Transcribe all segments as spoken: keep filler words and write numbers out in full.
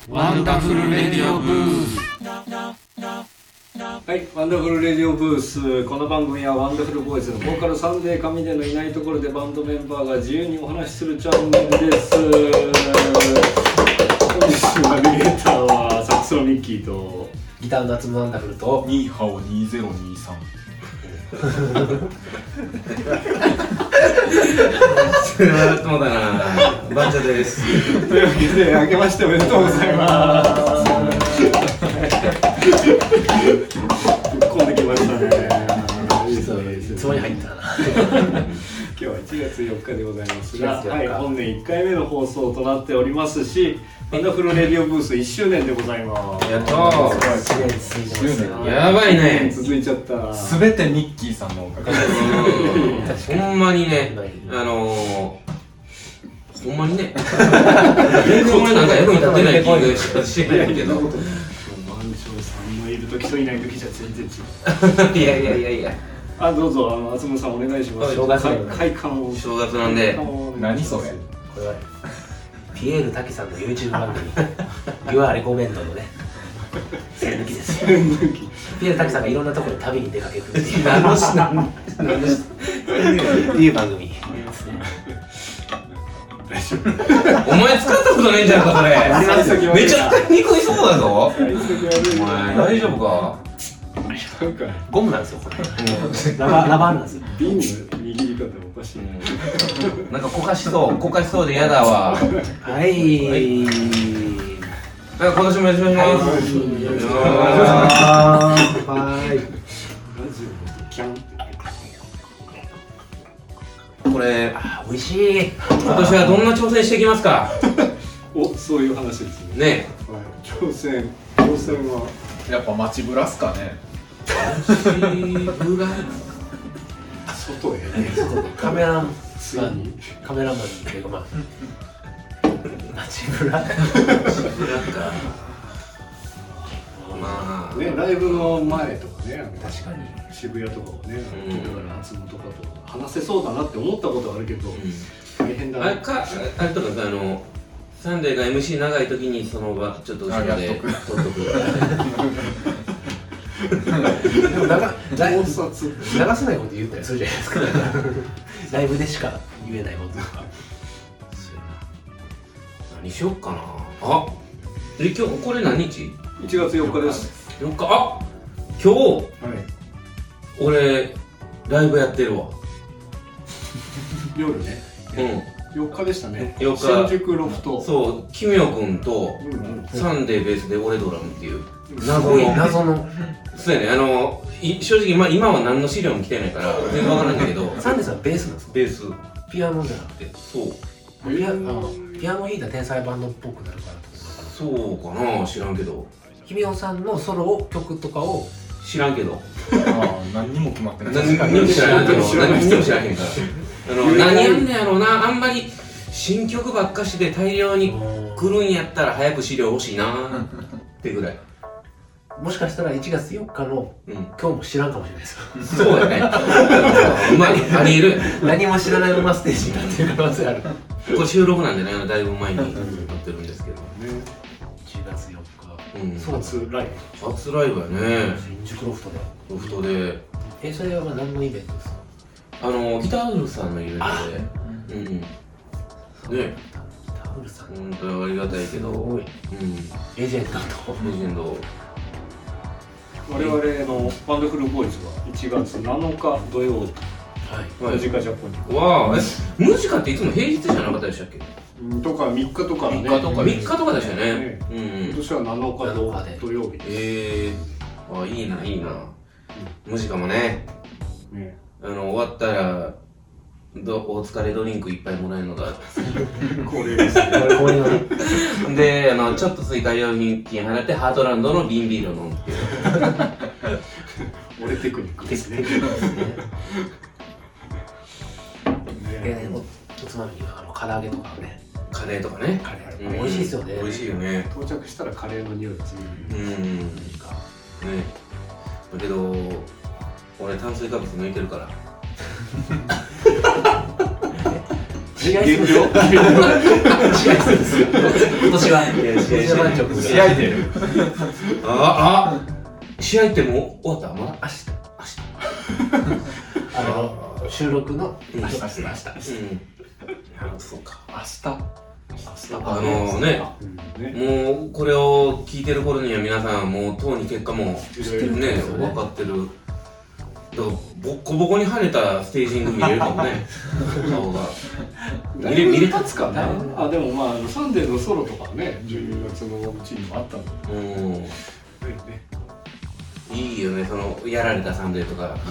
ワンダフルレディオブース。はい、ワンダフルレディオブース。この番組はワンダフルボーイズのボーカルサンデー神でのいないところでバンドメンバーが自由にお話しするチャンネルです。本日のナビゲーターはサックスのミッキーとギターの夏のワンダフルとニーハオにせんにじゅうさん。 笑ってもだな。バンチャです。 というわけで明けましておめでとうございます。ぶっこんできましたね。 つもり入ったな。 今日はいちがつよっかでございますが、はい、本年いっかいめの放送となっておりますし、ワンダフルレディオブースいっしゅうねんでございます。 やったー。やばいね。 続いちゃった。 すべてミッキーさんのおかげです。 ほんまにね、あのー、ほんまにね。全然俺なんか役に立てない気がしてるけど。 マンションさんのいる時といない時じゃ全然違う。 いやいやいやいや。 あ、どうぞ、あの、あつむさんお願いします。 正月快感を。 正月なんで。 何それ。 これはピエール滝さんの YouTube 番組「You Are Recommend」のね栓抜きですよ。ピエール滝さんがいろんなところに旅に出かけるっていう何のし何のし何のしっていう番組ですね。 お前使ったことないんじゃんかそれ。めちゃくちゃ憎いそうだぞ。お前大丈夫か。 ゴムなんですよこれ。ラバラバーなんですよ。 瓶の握り方おかしい。 なんかこかしそう、こかしそうで嫌だわ。 はい。 今年もよろしくお願いします。 はい。 キャン。 これあ、美味しい。 今年はどんな挑戦していきますか。 お、そういう話ですね。 ね。 はい、挑戦、挑戦はやっぱ街ブラっすかね。 外へね。 カメラマン、 ついにカメラマンっていうかまあ街ブラ。 なんかまあね、ライブの前とかね、 確かに渋谷とかをね、 うんだから松本とかと話せそうだなって思ったことはあるけど、大変だな。 あれか、あれとかあのサンデーが エムシー 長い時にその場ちょっと後ろで撮っとく。 でもなか盗撮流せないこと言ったりするじゃないですか。ライブでしか言えないこととか。 何しよっかな。あ、え今日これ何日？ いちがつよっかです。 よっか。あ、今日はい。 俺ライブやってるわ。 夜ね。 うん。 よっかでしたね。 よっか新宿ロフト。 そう、奇妙くんとうんうん。 サンデーベースで俺ドラムっていう。 謎の謎のそうやね。あのい正直まあ今は何の資料も来てないから全然わからないんだけど。 サンデーさんベースなんですか？ ベース。 ピアノじゃなくて。 そう。 ピアノピアノ弾いた天才バンドっぽくなるからってことかな。 そうかな、知らんけど。 ひみおさんのソロを曲とかを知らんけど。 ああ、何にも決まってない。 何にも知らんけど、何にも知らへんから。あの何やんねやろうな、あんまり新曲ばっかしで大量に来るんやったら早く資料欲しいなってぐらい。 もしかしたらいちがつよっかのうん。 今日も知らんかもしれないですよ。 そうやね。うまい、ありえる。 何も知らないままステージになってる可能性ある。 これ収録なんでね、だいぶ前に撮ってるんですけど。 ね。 いちがつよっか。 うん。 そう初ライブ。 初ライブやね。 新宿ロフトで。 ロフトで。 え、それは何のイベントですか？ あの、ギターウルフさんのイベントで。うんうん。ね。 タオルさん。 本当にありがたいけど。 すごいうん。 レジェンドと。 レジェンド。 我々のワンダフルボーイズはいちがつなのか土曜日、 はい。 ムジカジャポニわあ、え、ムジカっていつも平日じゃなかったでしたっけ？ うんとかみっかとかね。 みっかとかみっかとかでしたねね。 うん今年はなのかなのかで土曜日です。 ええー、あ、いいないいな。ムジカもね、 ね。 あの終わったらどお疲れドリンクいっぱいもらえるのが恒例ですね。 これ、これのね。 で、あのちょっと追加料金払ってハートランドの瓶ビールを飲むっていう。 俺テクニックですね。 テクニックですね。 ね。 えー、おつまみにはあの唐揚げとかね。 カレーとかね。 カレーうん美味しいですよね。 美味しいよね。 到着したらカレーの匂いがする。 うん。ね。だけど俺炭水化物抜いてるから。 テ試合するんですよ。試合するんですよ。今年は。 いや試合ジャパン直試合出るああ試合ってもう終わったまだ明日明日あの収録の明日明日明日うんなるほどそうか明日あのねもうこれを聞いてる頃には皆さんもうとうに結果も知ってるんねですよね分かってるだからボッコボコに跳ねたステージング見れるかもね顔が見れ見れたつかね。あでもまああのサンデーのソロとかねじゅうにがつのうちにもあったんだけどうんね。 いいよねそのやられたサンデーとか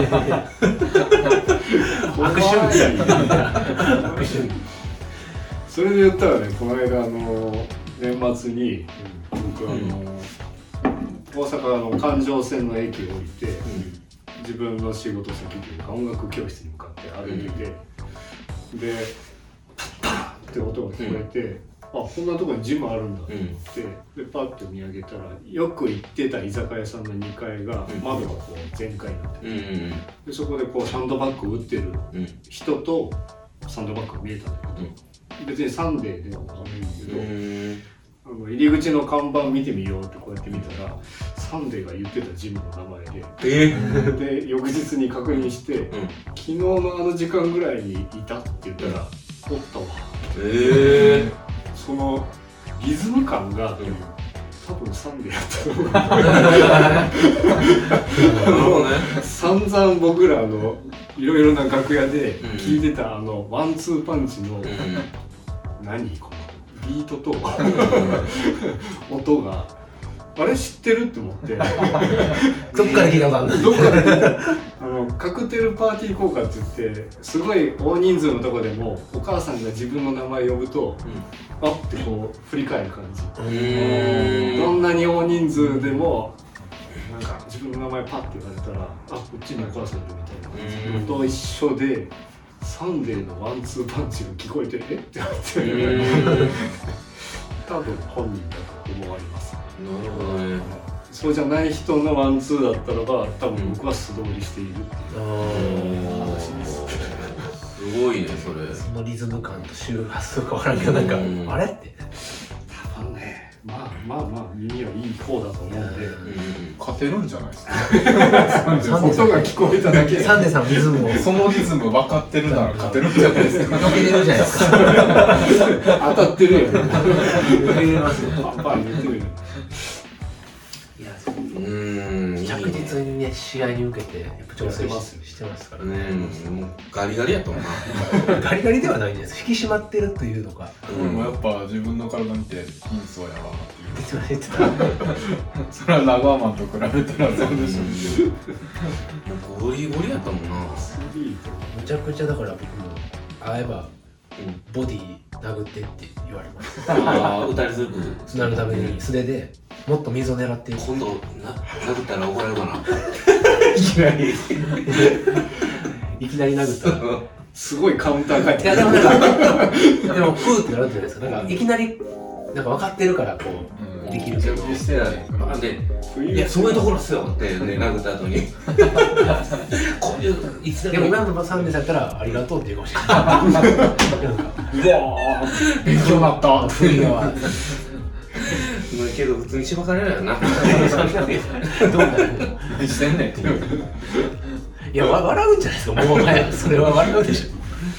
悪趣味悪趣味それで言ったらねこの間あの年末に僕あの大阪の環状線の駅を降りて自分の仕事先というか音楽教室に向かって歩いててでパッパッって音が聞こえてあこんなところにジムあるんだと思ってでパッて見上げたらよく行ってた居酒屋さんのにかいが窓がこう全開になってうんうんでそこでこうサンドバッグを打ってるうん人とサンドバッグが見えたんだけど別にサンデーではないんだけど、 うんあの入り口の看板見てみようってこうやって見たらサンデーが言ってたジムの名前でえで翌日に確認して、 うん昨日のあの時間ぐらいにいたって言ったらおったわえそのリズム感が、うん、多分サンデーやったと思うなるほどね散々僕らのいろいろな楽屋で聞いてたあのワンツーパンチの、 うん何このビートと音があれ知ってるって思ってどっから聞いたことあるんだどっかであのカクテルパーティー効果って言ってすごい大人数のとこでもお母さんが自分の名前呼ぶとあってこう振り返る感じうんどんなに大人数でもなんか自分の名前パッて言われたらあこっちにお母さんいるみたいな感じと一緒でサンデーのワンツーパンチが聞こえてえってなって多分本人だと思われますなるほどねそうじゃない人のワンツーだったらば多分僕は素通りしているっていう話ですすごいねそれそのリズム感と周波数が分からんけどなんかうんあれって多分ねまあまあまあ耳はいい方だと思うんで勝てるんじゃないですか音が聞こえただけサンデーさんのリズムをそのリズム分かってるなら勝てるんじゃないですか抜けれるじゃないですか当たってるよね抜けれますよパンパン言ってるよねいやうんいいね着実にね試合に向けてやっぱ調整ししてますからねねもうガリガリやと思うなガリガリではないんです引き締まってるというのがでもやっぱ自分の体見て貧相やわっていう言ってた言ってたそれはラガーマンと比べたらそうでしょうゴリゴリやったもんなスリーとむちゃくちゃだから僕も会えばうんボディ殴ってって言われますああ歌いずくつなぐために素手でもっと水を狙っていく今度な殴ったら怒られるかないきなりいきなり殴ったらすごいカウンター返っていやでもなんかでもフーってなるじゃないですかなんかいきなりなんか分かってるからこうできるけど準備してないあでいやそういうところっすよってね殴った後にこういういつでもでも今のサンデーさんやったらありがとうって言うかもしれないなんかうわー勉強になった不意はけど普通にしばかれるよなどうなる何してんねんっていういやわ笑うんじゃないですかもうはやそれは笑うでし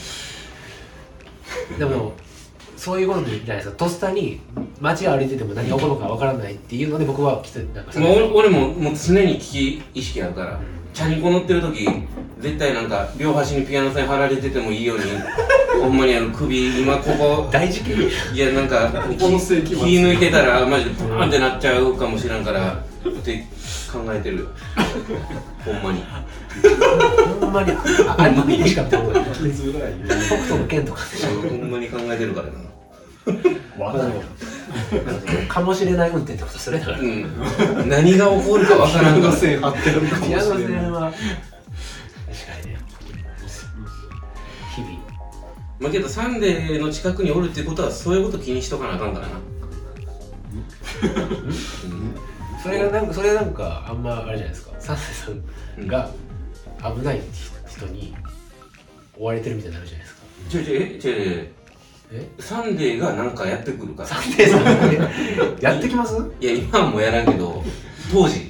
ょでもそういうことじゃないですかとっさに街歩いてても何が起こるのかわからないっていうので僕は来てなんかもう俺ももう常に危機意識あるからチャリンコ乗ってる時絶対なんか両端にピアノ線貼られててもいいようにほんまにあの首今ここ大事件いやなんかここの世紀末気抜いてたらマジでブーンってなっちゃうかもしれんからって考えてるほんまにほんまにあアニメでしか見たことないきづらいよ北斗の剣とかでしょほんまに考えてるからなわなかもしれない運転ってことそれだからうん何が起こるかわからんから線張ってるかもしれないピアノ線は確かにね日々 まあけどサンデーの近くにおるっていうことはそういうこと気にしとかなあかんからなそれがなんかそれなんかあんまあれじゃないですかサンデーさんが危ない人に追われてるみたいになるじゃないですかちょいちょいえちょいえサンデーがなんかやってくるからサンデーさんやってきます？ いや今はもうやらんけど当時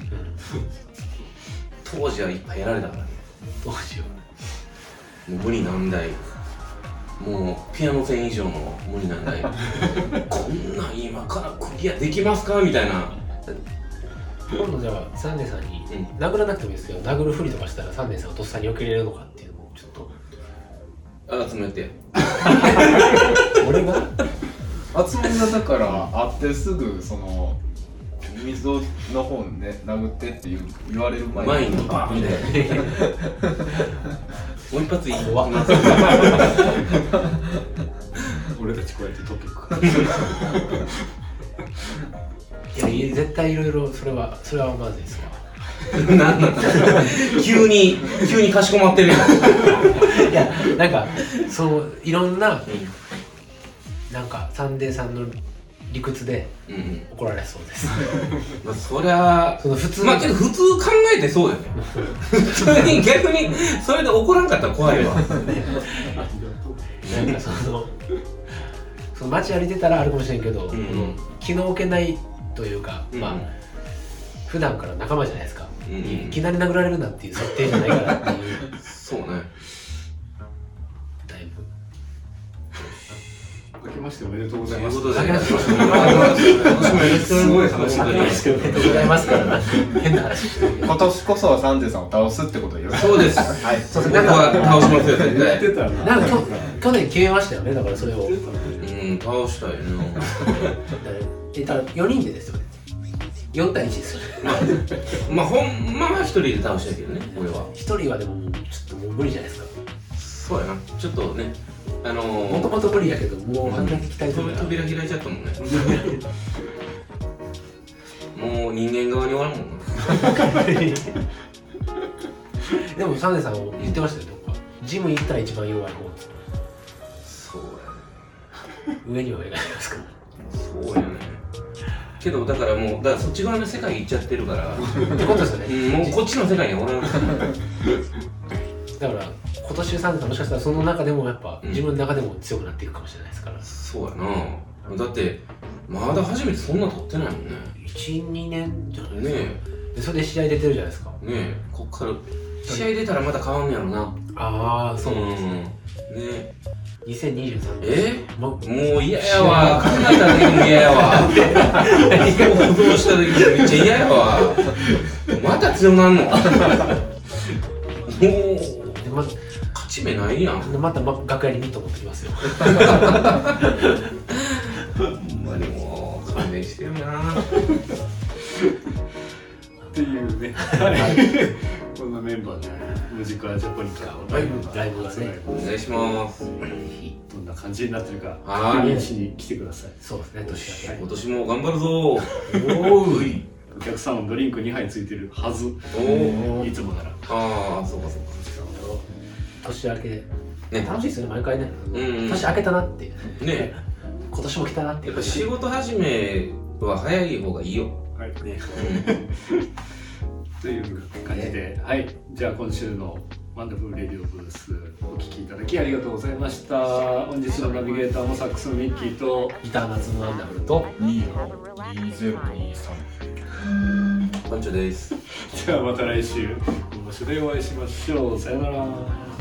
当時はいっぱいやられたからね。 どうしよもう無理難題、もうピアノ線以上の無理難題こんなん今からクリアできますかみたいな。 う。今度じゃあサンデーさんに、 うん、 殴らなくてもいいですけど、殴るふりとかしたらサンデーさんがとっさに避けれるのかっていうのもちょっと。 あつもやって俺があつ森がだから会ってすぐその溝の方にね殴ってって言う言われる前前にバーンでもう一発いい怖っ俺たちこうやってトピックいや絶対いろいろそれはそれはまずいですわ。 なんなんだ急に急にかしこまってるやんいやなんかそういろんな、なんかサンデーさんの理屈で怒られそうです。 まあそりゃその普通まあけど普通考えてそうよね普通に逆にそれで怒らんかったら怖いわ。 なんかそのその街歩いてたらあるかもしれんけど、 うんうん、 この気の置けないというか、 うん、 まあ普段から仲間じゃないですか、 うんうん、 いきなり殴られるなっていう設定じゃないからっていうそうね。 だいぶ明けましておめでとうございますということで、 明けましてすごい話明けましておめでとうございますからな変な話してるけど今年こそはサンデーさんを倒すってことでよろしいそうです。 はい、 そう僕は倒しますよ絶言って対。 たななんかきょ去年決めましたよね、だからそれを言ってたねうん倒したいな。 えだからよにんでですよね、よん対いちですよね。 まあほんまは一人で倒したいけどね俺は。 ひとりはでももうちょっともう無理じゃないですか。 そうやなちょっとねあのー、 もともと無理やけどもうあんだけ期待するから扉開いちゃったもんねもう人間側におらんもんな。 でもサンデーさんも言ってましたよ、どっかジム行ったら一番弱い方そう上には上がありますから。 やねそうやねけどだからもうだからそっち側の世界行っちゃってるからってことですよね、 うんもうこっちの世界にはおらんだから今年サンデーさんもしかしたらその中でもやっぱ、 うん、 自分の中でも強くなっていくかもしれないですから。 そうやなだってまだ初めてそんな経ってないもんね。 いち、にねんじゃないですか。 ねでそれで試合出てるじゃないですか。 えねえこっから試合出たらまた変わんねやろな。 ああ、そうなんですね。 ねえにせんにじゅうさんねんえももう嫌やわ考えただけでも嫌やわ想像しただけでもめっちゃ嫌やわまた強なんのもうでま勝ち目ないやん。 でまた、ま、楽屋にミット持ってきますよ。 ほんまにもう勘弁してるなっていうねこんなメンバーでムジカジャポニカライブライブがねお願いしますどんな感じになってるかはい確認しに来てください。 そうですね、年明け。 今年も頑張るぞおーい。 お客さんもドリンクにはいついてるはず。 おおいつもならああそうかそうか年明け、 ね楽しいですよね、毎回ね。 うんうん年明けたなって。 ね今年も来たなっていう。 やっぱ仕事始めは早い方がいいよ。 はいねという感じで、はい、じゃあ今週のワンダフルレディオブースお聞きいただきありがとうございました。本日のナビゲーターもサックスのミッキーとギター夏のワンダフルと、 にーのにーぜろにーさんパンチョです。 じゃあまた来週この場所でお会いしましょう。さよなら。